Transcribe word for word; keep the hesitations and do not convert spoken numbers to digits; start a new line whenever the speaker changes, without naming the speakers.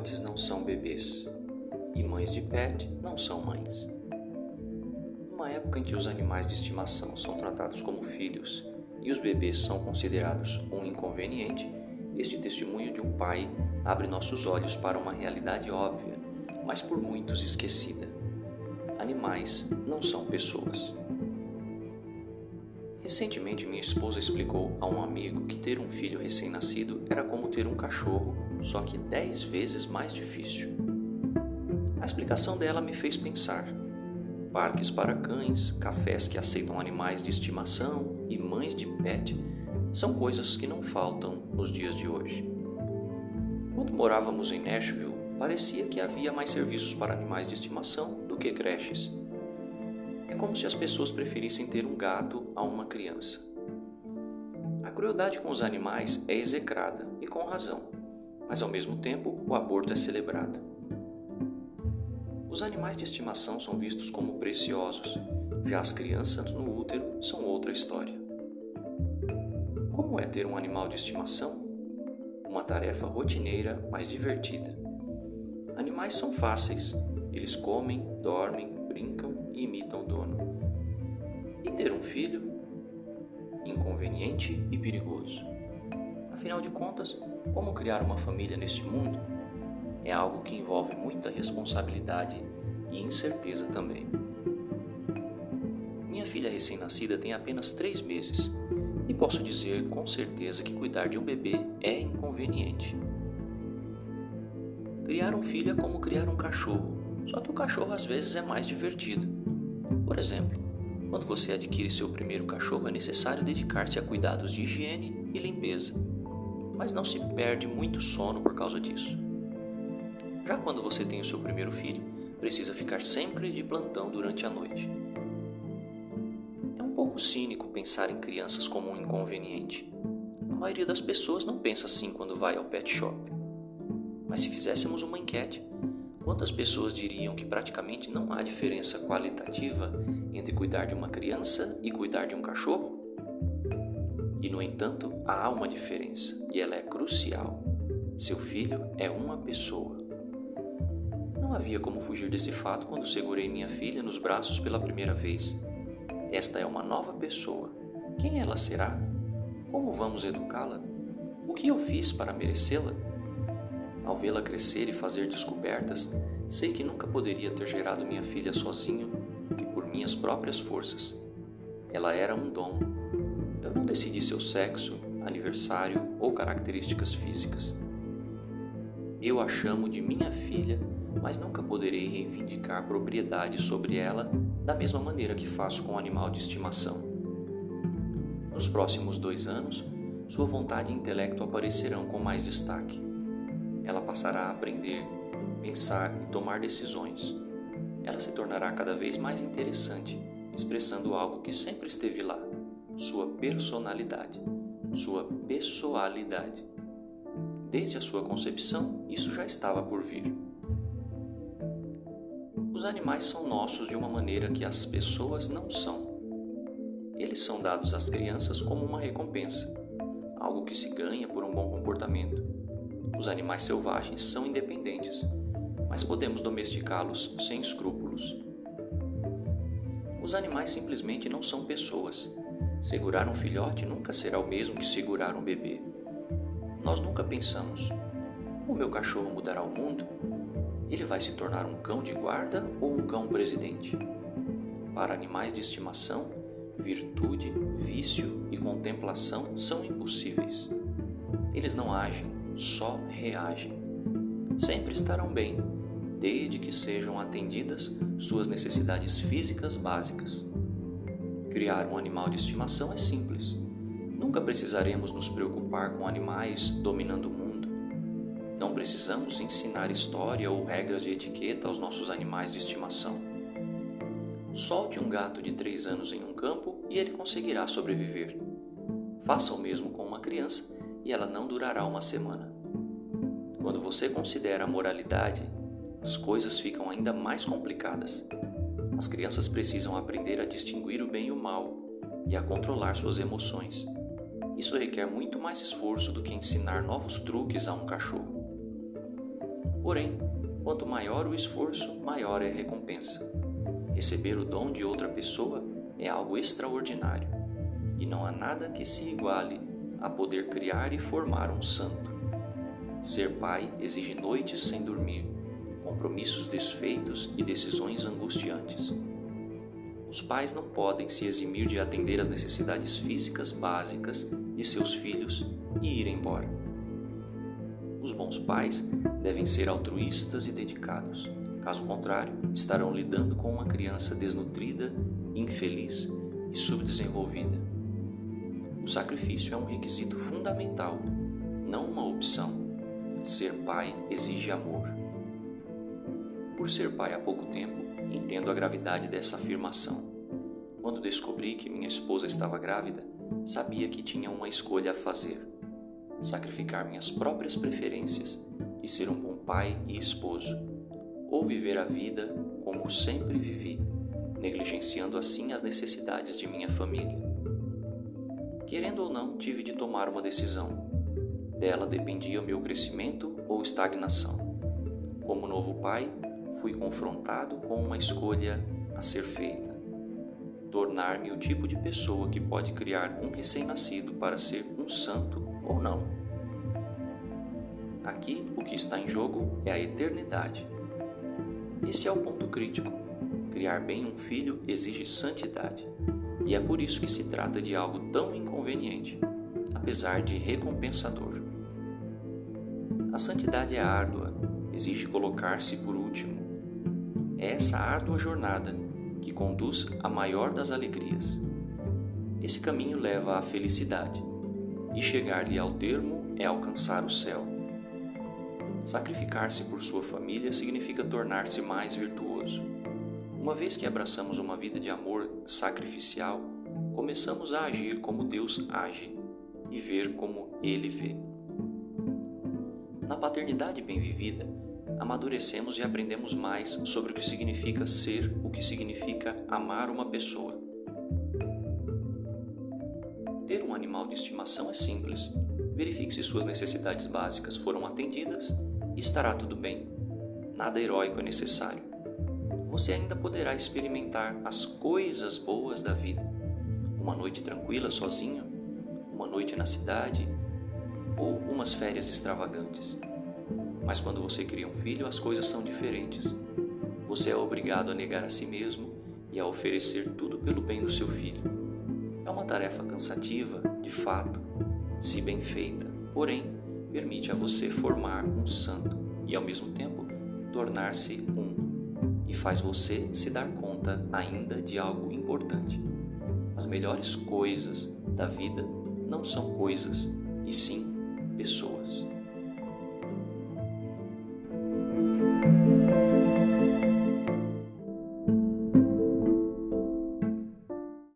filhotes não são bebês, e mães de pet não são mães. Numa época em que os animais de estimação são tratados como filhos e os bebês são considerados um inconveniente, este testemunho de um pai abre nossos olhos para uma realidade óbvia, mas por muitos esquecida. Animais não são pessoas. Recentemente, minha esposa explicou a um amigo que ter um filho recém-nascido era como ter um cachorro, só que dez vezes mais difícil. A explicação dela me fez pensar. Parques para cães, cafés que aceitam animais de estimação e mães de pet são coisas que não faltam nos dias de hoje. Quando morávamos em Nashville, parecia que havia mais serviços para animais de estimação do que creches. É como se as pessoas preferissem ter um gato a uma criança. A crueldade com os animais é execrada, e com razão, mas ao mesmo tempo o aborto é celebrado. Os animais de estimação são vistos como preciosos, já as crianças no útero são outra história. Como é ter um animal de estimação? Uma tarefa rotineira, mas divertida. Animais são fáceis, eles comem, dormem, brincam e imitam o dono. E ter um filho? Inconveniente e perigoso. Afinal de contas, como criar uma família neste mundo? É algo que envolve muita responsabilidade e incerteza também. Minha filha recém-nascida tem apenas três meses e posso dizer com certeza que cuidar de um bebê é inconveniente. Criar um filho é como criar um cachorro, só que o cachorro às vezes é mais divertido. Por exemplo, quando você adquire seu primeiro cachorro é necessário dedicar-se a cuidados de higiene e limpeza, mas não se perde muito sono por causa disso. Já quando você tem o seu primeiro filho, precisa ficar sempre de plantão durante a noite. É um pouco cínico pensar em crianças como um inconveniente. A maioria das pessoas não pensa assim quando vai ao pet shop. Mas se fizéssemos uma enquete, quantas pessoas diriam que praticamente não há diferença qualitativa entre cuidar de uma criança e cuidar de um cachorro? E, no entanto, há uma diferença, e ela é crucial. Seu filho é uma pessoa. Não havia como fugir desse fato quando segurei minha filha nos braços pela primeira vez. Esta é uma nova pessoa. Quem ela será? Como vamos educá-la? O que eu fiz para merecê-la? Ao vê-la crescer e fazer descobertas, sei que nunca poderia ter gerado minha filha sozinho e por minhas próprias forças. Ela era um dom. Eu não decidi seu sexo, aniversário ou características físicas. Eu a chamo de minha filha, mas nunca poderei reivindicar propriedade sobre ela da mesma maneira que faço com o animal de estimação. Nos próximos dois anos, sua vontade e intelecto aparecerão com mais destaque. Ela passará a aprender, pensar e tomar decisões. Ela se tornará cada vez mais interessante, expressando algo que sempre esteve lá, sua personalidade, sua pessoalidade. Desde a sua concepção, isso já estava por vir. Os animais são nossos de uma maneira que as pessoas não são. Eles são dados às crianças como uma recompensa, algo que se ganha por um bom comportamento. Os animais selvagens são independentes, mas podemos domesticá-los sem escrúpulos. Os animais simplesmente não são pessoas. Segurar um filhote nunca será o mesmo que segurar um bebê. Nós nunca pensamos, como meu cachorro mudará o mundo? Ele vai se tornar um cão de guarda ou um cão presidente? Para animais de estimação, virtude, vício e contemplação são impossíveis. Eles não agem, só reagem. Sempre estarão bem, desde que sejam atendidas suas necessidades físicas básicas. Criar um animal de estimação é simples. Nunca precisaremos nos preocupar com animais dominando o mundo. Não precisamos ensinar história ou regras de etiqueta aos nossos animais de estimação. Solte um gato de três anos em um campo e ele conseguirá sobreviver. Faça o mesmo com uma criança e ela não durará uma semana. Quando você considera a moralidade, as coisas ficam ainda mais complicadas. As crianças precisam aprender a distinguir o bem e o mal e a controlar suas emoções. Isso requer muito mais esforço do que ensinar novos truques a um cachorro. Porém, quanto maior o esforço, maior é a recompensa. Receber o dom de outra pessoa é algo extraordinário, e não há nada que se iguale a poder criar e formar um santo. Ser pai exige noites sem dormir, compromissos desfeitos e decisões angustiantes. Os pais não podem se eximir de atender às necessidades físicas básicas de seus filhos e ir embora. Os bons pais devem ser altruístas e dedicados. Caso contrário, estarão lidando com uma criança desnutrida, infeliz e subdesenvolvida. O sacrifício é um requisito fundamental, não uma opção. Ser pai exige amor. Por ser pai há pouco tempo, entendo a gravidade dessa afirmação. Quando descobri que minha esposa estava grávida, sabia que tinha uma escolha a fazer: sacrificar minhas próprias preferências e ser um bom pai e esposo, ou viver a vida como sempre vivi, negligenciando assim as necessidades de minha família. Querendo ou não, tive de tomar uma decisão. Dela dependia o meu crescimento ou estagnação. Como novo pai, fui confrontado com uma escolha a ser feita: tornar-me o tipo de pessoa que pode criar um recém-nascido para ser um santo ou não. Aqui, o que está em jogo é a eternidade. Esse é o ponto crítico. Criar bem um filho exige santidade, e é por isso que se trata de algo tão inconveniente, apesar de recompensador. A santidade é árdua, exige colocar-se por último. É essa árdua jornada que conduz à maior das alegrias. Esse caminho leva à felicidade, e chegar-lhe ao termo é alcançar o céu. Sacrificar-se por sua família significa tornar-se mais virtuoso. Uma vez que abraçamos uma vida de amor sacrificial, começamos a agir como Deus age e ver como Ele vê. Na paternidade bem vivida, amadurecemos e aprendemos mais sobre o que significa ser o que significa amar uma pessoa. Ter um animal de estimação é simples. Verifique se suas necessidades básicas foram atendidas e estará tudo bem. Nada heróico é necessário. Você ainda poderá experimentar as coisas boas da vida. Uma noite tranquila sozinho, uma noite na cidade ou umas férias extravagantes. Mas quando você cria um filho, as coisas são diferentes. Você é obrigado a negar a si mesmo e a oferecer tudo pelo bem do seu filho. É uma tarefa cansativa, de fato, se bem feita, porém, permite a você formar um santo e, ao mesmo tempo, tornar-se um, e faz você se dar conta ainda de algo importante. As melhores coisas da vida não são coisas, e sim pessoas.